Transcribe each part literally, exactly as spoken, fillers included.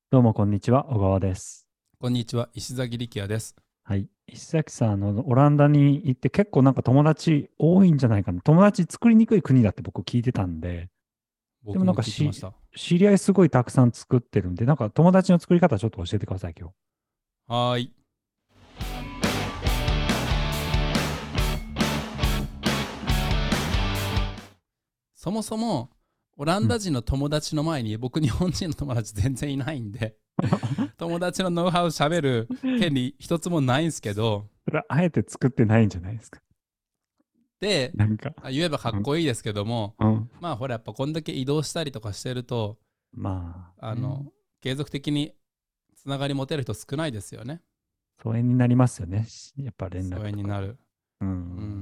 どうもこんにちは、小川です。 こんにちは、石崎力也です。 はい。石崎さん、あの、オランダに行って結構なんか友達多いんじゃないかな。友達作りにくい国だって僕聞いてたんで、でもなん僕もかし、 聞いてました。 知り合いすごいたくさん作ってるんで、なんか友達の作り方ちょっと教えてください、今はーい。そもそも、オラ日。うん。 ンダ人の友達の前に僕日本人の友達全然いないんで、友達のノウハウ喋る権利一つもないんですけど、 それはあえて作ってないんじゃないですか。 で、 なんか、 言えばかっうん、 こいいですけども、 うん。 まあほらやっぱこんだけ移動したりとかしてると、 まあね、 あの、継続的につながり持てる人少ないですよね。 疎遠になりますよね。しやっぱ連絡疎遠とかが。 になる。 うん。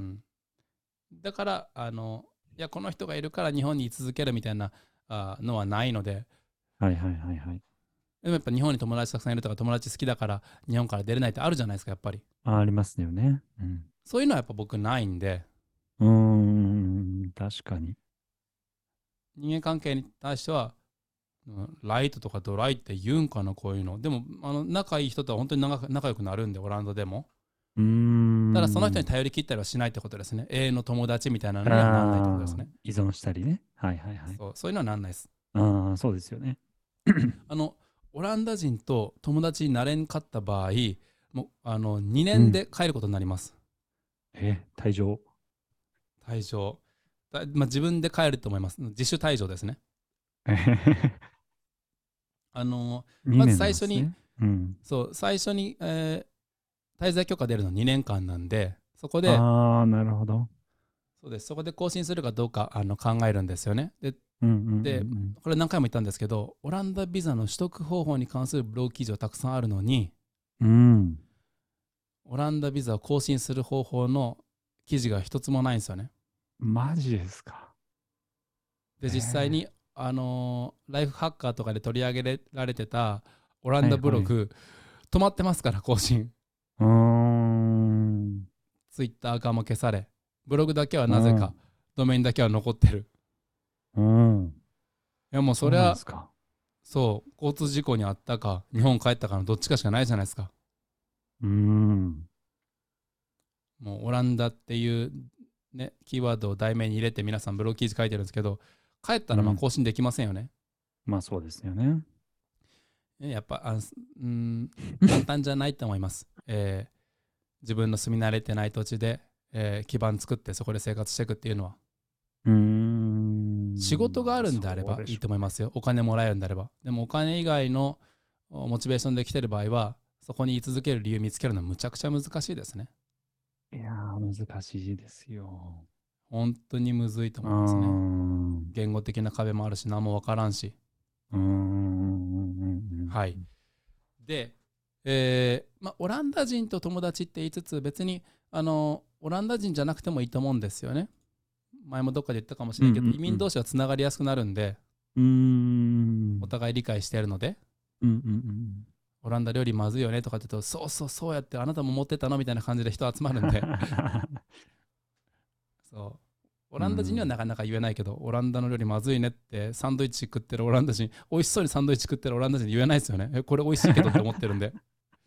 うん。だから、あの、いや、この人がいるから日本に居続けるみたいなあのはないので、 はいはいはいはい。 でもやっぱ日本に友達たくさんいるとか友達好きだから日本から出れないってあるじゃないですか、やっぱり。 あ、ありますよね。うん。 そういうのはやっぱ僕ないんで、 うーん、確かに。 人間関係に対しては、ライトとかドライって言うんかな、こういうの。でも、あの仲いい人とは本当に仲仲良くなるんで、オランダでも。 うーただその人にん。 頼り切ったりはしないってことですね。永遠の友達みたいなのにはなんないってことですああ、 ね。 依存したりね。はいはいはい。 そう、そういうのはなんないです。 ああ、そうですよね。 あの、オランダ人と友達になれんかった場合、もうあのにねんうん。 で帰ることになります。 え、退場。 退場。だまあ、自分で帰ると思います。自主退場ですね。 えへへあのまずにねん最初に、 なんですね。うん。 そう最初に、えー滞在許可出るのにねんかんなんで、そこで、 ああ、なるほど。 そうです、そこで更新するかどうかあの考えるんですよね。で、 うんうでんこれ何回も言ったんですけど、オランダビザの取得方法に関するブログ記事はたくさんあるのに、 うんうん。うん。 オランダビザを更新する方法の記事が一つもないんですよね。 マジですか。 で、実際えに、あのーライフハッカーとかで取り上げられてたオラえ、 ンダはいはい。 ブログ、止まってますから、更新。 うーん。 ツイッターアも消され、ブログだけはうん。 なぜか、ドメインだけは残ってる。 うん。 いや、もうそうそれは、 なんですか。 そう、交通事故にあったか、日本帰ったかのどっちかしかないじゃないですか。 うーん。 もうオランダっていう、ね、キーワードを題名に入れて皆さんブログ記事書いてるんですけど、帰ったらまあうん。 更新できませんよね。 まあそうですよね。 やっぱ、あうん、簡単じゃないと思います。えー自分の住み慣れてない土地で、えー基盤作ってそこで生活していくっていうのは、 うー仕ん。 事があまあるんであればいいそうでしょと思いますよ。お金もらえるんであれば。でもお金以外のモチベーションで来てる場合は、そこに居続ける理由見つけるのはむちゃくちゃ難しいですね。 う。いやー、難しいですよ。 本当にむずいとうー思いますね。 ん。う言語的な壁もあるし、何もわからんし。 ーん。 はい。で、えーまあ、オランダ人と友達って言いつつ、別にあのオランダ人じゃなくてもいいと思うんですよね。前もどっかで言ったかもしうんうれんけど、移んうん。 民同士はつながりやすくなるんで、 うーん。 お互い理解しているので、 うんうんオランダ料理まずいよねとかって言うと、そうそうそうやってあなたも持ってたのみたいな感じで人集まるんで、そう。オうん。うランダ人にはん。 なかなか言えないけど、オランダの料理まずいねってサンドイッチ食ってるオランダ人、美味しそうにサンドイッチ食ってるオランダ人に言えないですよね。え、これ美味しいけどって思ってるんで。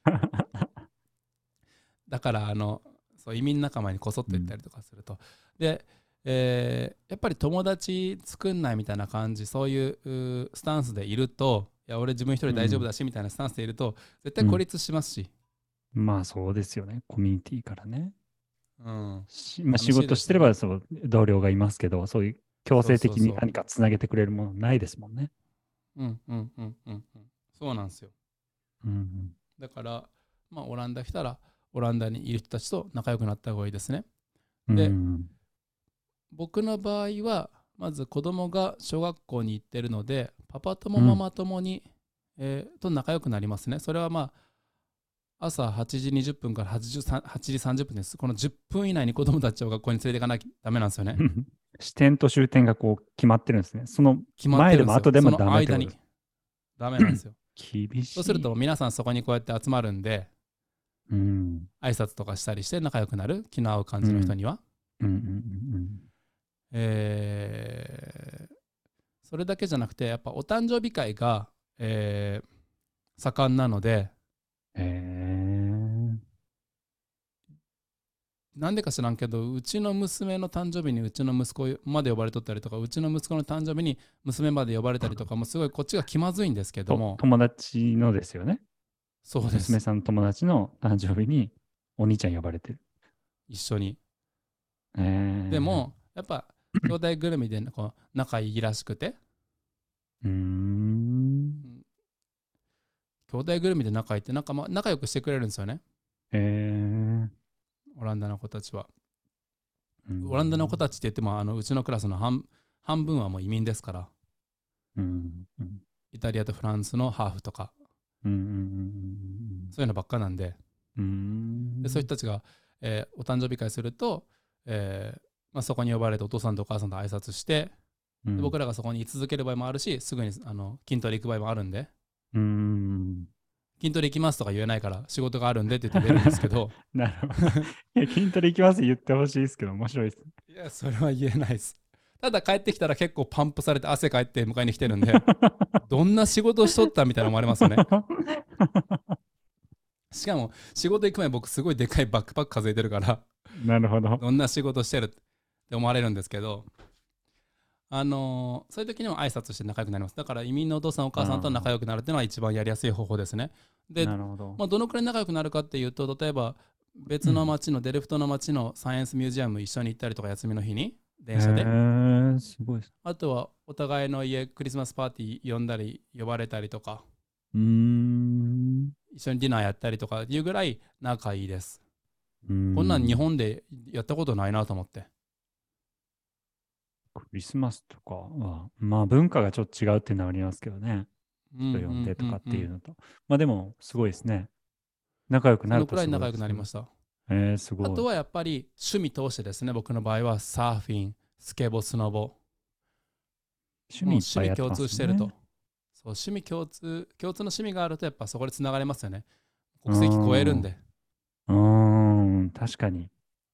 だからあのそう移民仲間にこそっと言ったりとかすると、で、えーやっぱり友達作んないみたいな感じ、そういううスタンスでいると、いや俺自分一人大丈夫うん。 だしみたいなスタンスでいると絶うん。 対孤立しますし、 まあそうですよね。コミュニティからね。 うん、 し、まあ仕寂しい事してればですよね。 そう同僚がいますけど、そういう強そう制そうそ的に何かつなげてくれるものないですもんね。 う、うんうんうんうんうん、そうなんですよ。 うんだから、まあ、オランダ来たらオランダにいる人たちと仲良くなった方がいいですね。 うん。うで、 ん。 僕の場合はまず子供が小学校に行ってるので、パパ友うん。 ママ友に、えーと仲良くなりますね。それはまあ朝はちじにじゅっぷんからはちじさんじゅっぷんです。このじゅっぷん以内に子供たちを学校に連れていかなきゃダメなんですよね。 視点と終点がこう決まってるんですね。その決まっ前でてるんですよ。そも後でもダメってことです。 の間にダメなんですよ。 厳しそうするとい。 皆さんそこにこうやって集まるんで、 うん。 挨拶とかしたりして仲良くなる、気の合う感うん。 じの人には。 うん。うん。 えーそれだけじゃなくて、やっぱお誕生日会が、えー盛んなので、 へえ。 なんでか知らんけど、うちの娘の誕生日にうちの息子まで呼ばれとったりとか、うちの息子の誕生日に娘まで呼ばれたりとかもすごいこっちが気まずいんですけどと、 も、 友達のですよね。 そうです。 娘さんの友達の誕生日にお兄ちゃん呼ばれてる。 一緒に。 えー、 でも、やっぱ、兄弟ぐるみでこう仲いいらしくて、 うーん。 うん、兄弟ぐるみで仲いいって仲、ま、仲良くしてくれるんですよね。 えー、 オランダの子たちは。 うーオランダの子ん。 たちって言っても、あのうちのクラスの半半分はもう移民ですから、 うん。うん。 イタリアとフランスのハーフとか、 うん。うん。 そういうのばっかなんで、 うん。うでそういうん。 人たちが、えーお誕生日会すると、えーまあ、そこに呼ばれてお父さんとお母さんと挨拶して、でうん。 僕らがそこに居続ける場合もあるし、すぐにあの筋トレ行く場合もあるんで、 うん。 筋トレ行きますとか言えないから、仕事があるんでって言って出るんですけど、 なるほど。いや、筋トレ行きます言ってほしいですけど、面白いです。 いや、それは言えないです。ただ帰ってきたら結構パンプされて汗かいて迎えに来てるんで、どんな仕事しとったみたいな思われますよね。しかも仕事行く前僕すごいでかいバックパック数えてるから、 なるほど。 どんな仕事してるって思われるんですけど、あのーそういう時にも挨拶して仲良くなります。だから移民のお父さんお母さんと仲あ良くなるっていうのは一番やりやすい方法ですね。 あ、 で、 なるほど。 まあ、どのくらい仲良くなるかっていうと、例えば別のうん。 町のデルフトの町のサイエンスミュージアム一緒に行ったりとか、休みの日にへ電車で、 え、すごいです。 あとはお互いの家クリスマスパーティー呼んだり呼ばれたりとか、 うーん。 一緒にディナーやったりとかいうぐらい仲いいです。 うーこんなん日ん。 本でやったことないなと思って。 クリスマスとかは、まあ文化がちょっと違うっていうのはありますけどね。 うんう人呼んでんうとかっんうん。 ていうのと。まあでも、すごいですね。仲良くそなるとすごい、 のくらい仲良くなすごい。 りました。 えー、すごい。 あとはやっぱり趣味通してですね、僕の場合はサーフィン、スケボー、スノボ、 趣味いっもう趣ぱいやってま味共通すね。 してると。そう、趣味共通、共通の趣味があるとやっぱそこでつながれますよね。 うー国籍超えるんん。うで。 ーん。確かに。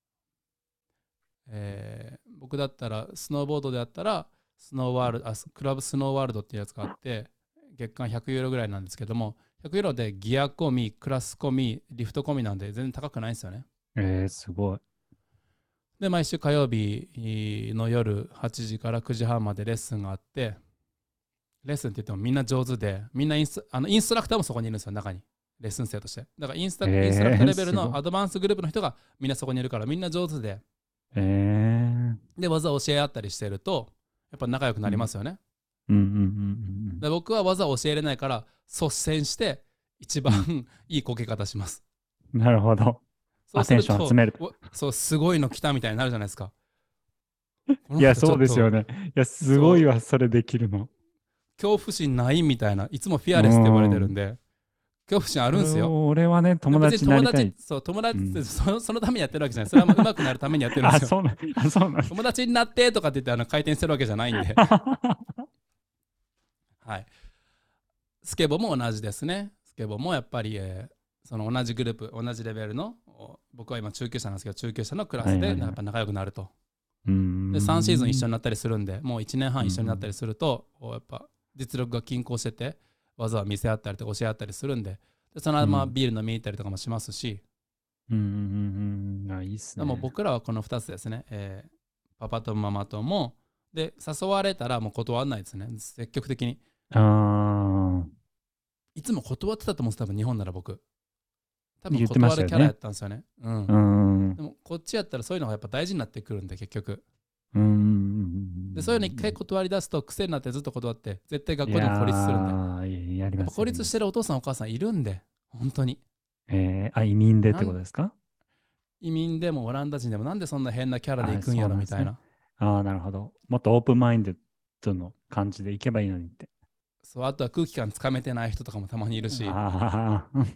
えー僕だったら、スノーボードであったら、スノーワールド、あ、クラブスノーワールドっていうやつがあって、月間ひゃくユーロぐらいなんですけども、ひゃくユーロでギア込み、クラス込み、リフト込みなんで全然高くないんですよね。 えー、すごい。 で、毎週火曜日の夜はちじからくじはんまでレッスンがあって、レッスンって言ってもみんな上手で、みんなインスあのインストラクターもそこにいるんですよ、中に。レッスン生として。だからインスタインストラクタえー、 ーレベルすごい。 のアドバンスグループの人がみんなそこにいるから、みんな上手で、 えー。 で、技を教え合ったりしてると、やっぱ仲良くなうん。 りますよね。 うんうんうんで僕は技を教えれないから率先して一番うんうん。 いいこけ方します。 うん。なるほど。 そうアテンション集すると、 めると。 そうすごいの来たみたいになるじゃないですか。このいや、 人ちょそうっと、 ですよね。いや、すごいそうわ、それできるの。 恐怖心ないみたいな、いつもフィうアレスって呼ばれてるんん。 で、恐怖心あるんですよ。 俺はね、友別に達にな友達、 りたい。 そう、友達ってうん。 そそのためにやってるわけじゃない。それは上手くなるためにやってるんであ、 すよ。 そうなん、あ、そうなん。 友達になってとかって言ってあの回転してるわけじゃないんで。はい。スケボーも同じですね。スケボーもやっぱり、えーその同じグループ、同じレベルの、僕は今中級者なんですけど、中級者のクラスでやっはいはいはい。 ぱ仲良くなると。 うーで、さんシーズン一緒ん。 になったりするんで、もういちねんはん一緒になったりうんすると、やっぱ実力が均衡してて、技を見せ合ったりとか教え合ったりするんで、でそのうん。うままん。 ビール飲みに行ったりとかもしますし、 うんうんうんうん。あ、いいっすでもね。 僕らはこのふたつですね、えーパパとママとも、で、誘われたらもう断らないですね、積極的に。 ああ、 いつも断ってたと思うんです、多分日本なら僕。多分言ってま断るキャラやしたよね。 ったんですよね。うん。 うーん。うでもこっちやったらそういうのがやっぱ大事になってくるんで、結局。 ーん。 で、そういうの一回断り出すと癖になってずっと断って、絶対学いや校でも孤立するんで。 ー、やります、 やっぱ孤やります。 立してるお父さんお母さんいるんで、本当に。 えー、あ、移民でってなんことですか？ 移民でもオランダ人でもなんでそんな変なキャラで行あ、 くんやそうなんですね。 ろみたいな。 ああ、なるほど。もっとオープンマインドとの感じでいけばいいのにって。 そう、あとは空気感つかめてない人とかもたまにいるし、 ああ、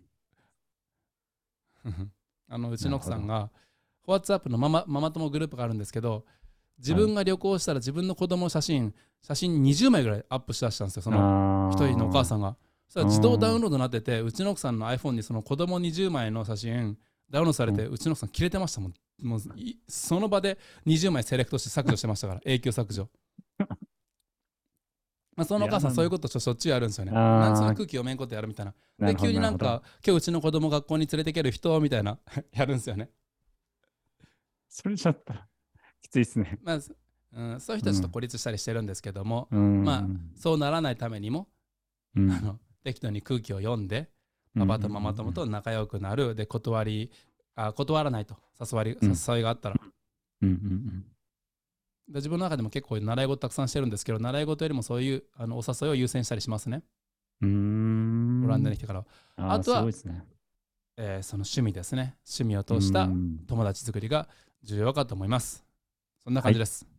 あのうちのなるほど。 奥さんが、WhatsApp のママママ友グループがあるんですけど、自はい。 分が旅行したら自分の子供の写真、写真にじゅうまいぐらいアップしだしたんですよ、その一人のお母あさんが。そしたあ、うら自動ダウンん。 ロードになってて、うちの奥さんの iPhone にその子供にじゅうまいの写真ダウンロードされて、 うん。 うちの奥さん切れてましたもん。もうその場でにじゅうまいセレクトして削除してましたから、永久削除。 まあ、そのお母さんそういうことしょっちゅうやるんですよね。なんでそんなあ空気読めんことやるみたいな。 あ、なで、 るほど、 急になるほど。 なんか、今日うちの子供学校に連れてける人みたいなやるんですよね。 それちょっときついっすね。 まあ、うん、そういう人はちょっとうん。 孤立したりしてるんですけども、 うまあ、 ん。 そうならないためにも、 うん。 あの適当に空気を読んで、 うん。 パパとママ友と仲良くなる、で、断り、あ断らないと、誘わりうん。 誘いがあったら。 うん。うん。 で自分の中でも結構習い事たくさんしてるんですけど、習い事よりもそういうあのお誘いを優先したりしますね。 うオランダん。 に来てからは。 ああ、 あとは、 すごいですね。 えーその趣味ですね。趣味をう通したん。 友達作りが重要かと思います。そんなはい。 感じです。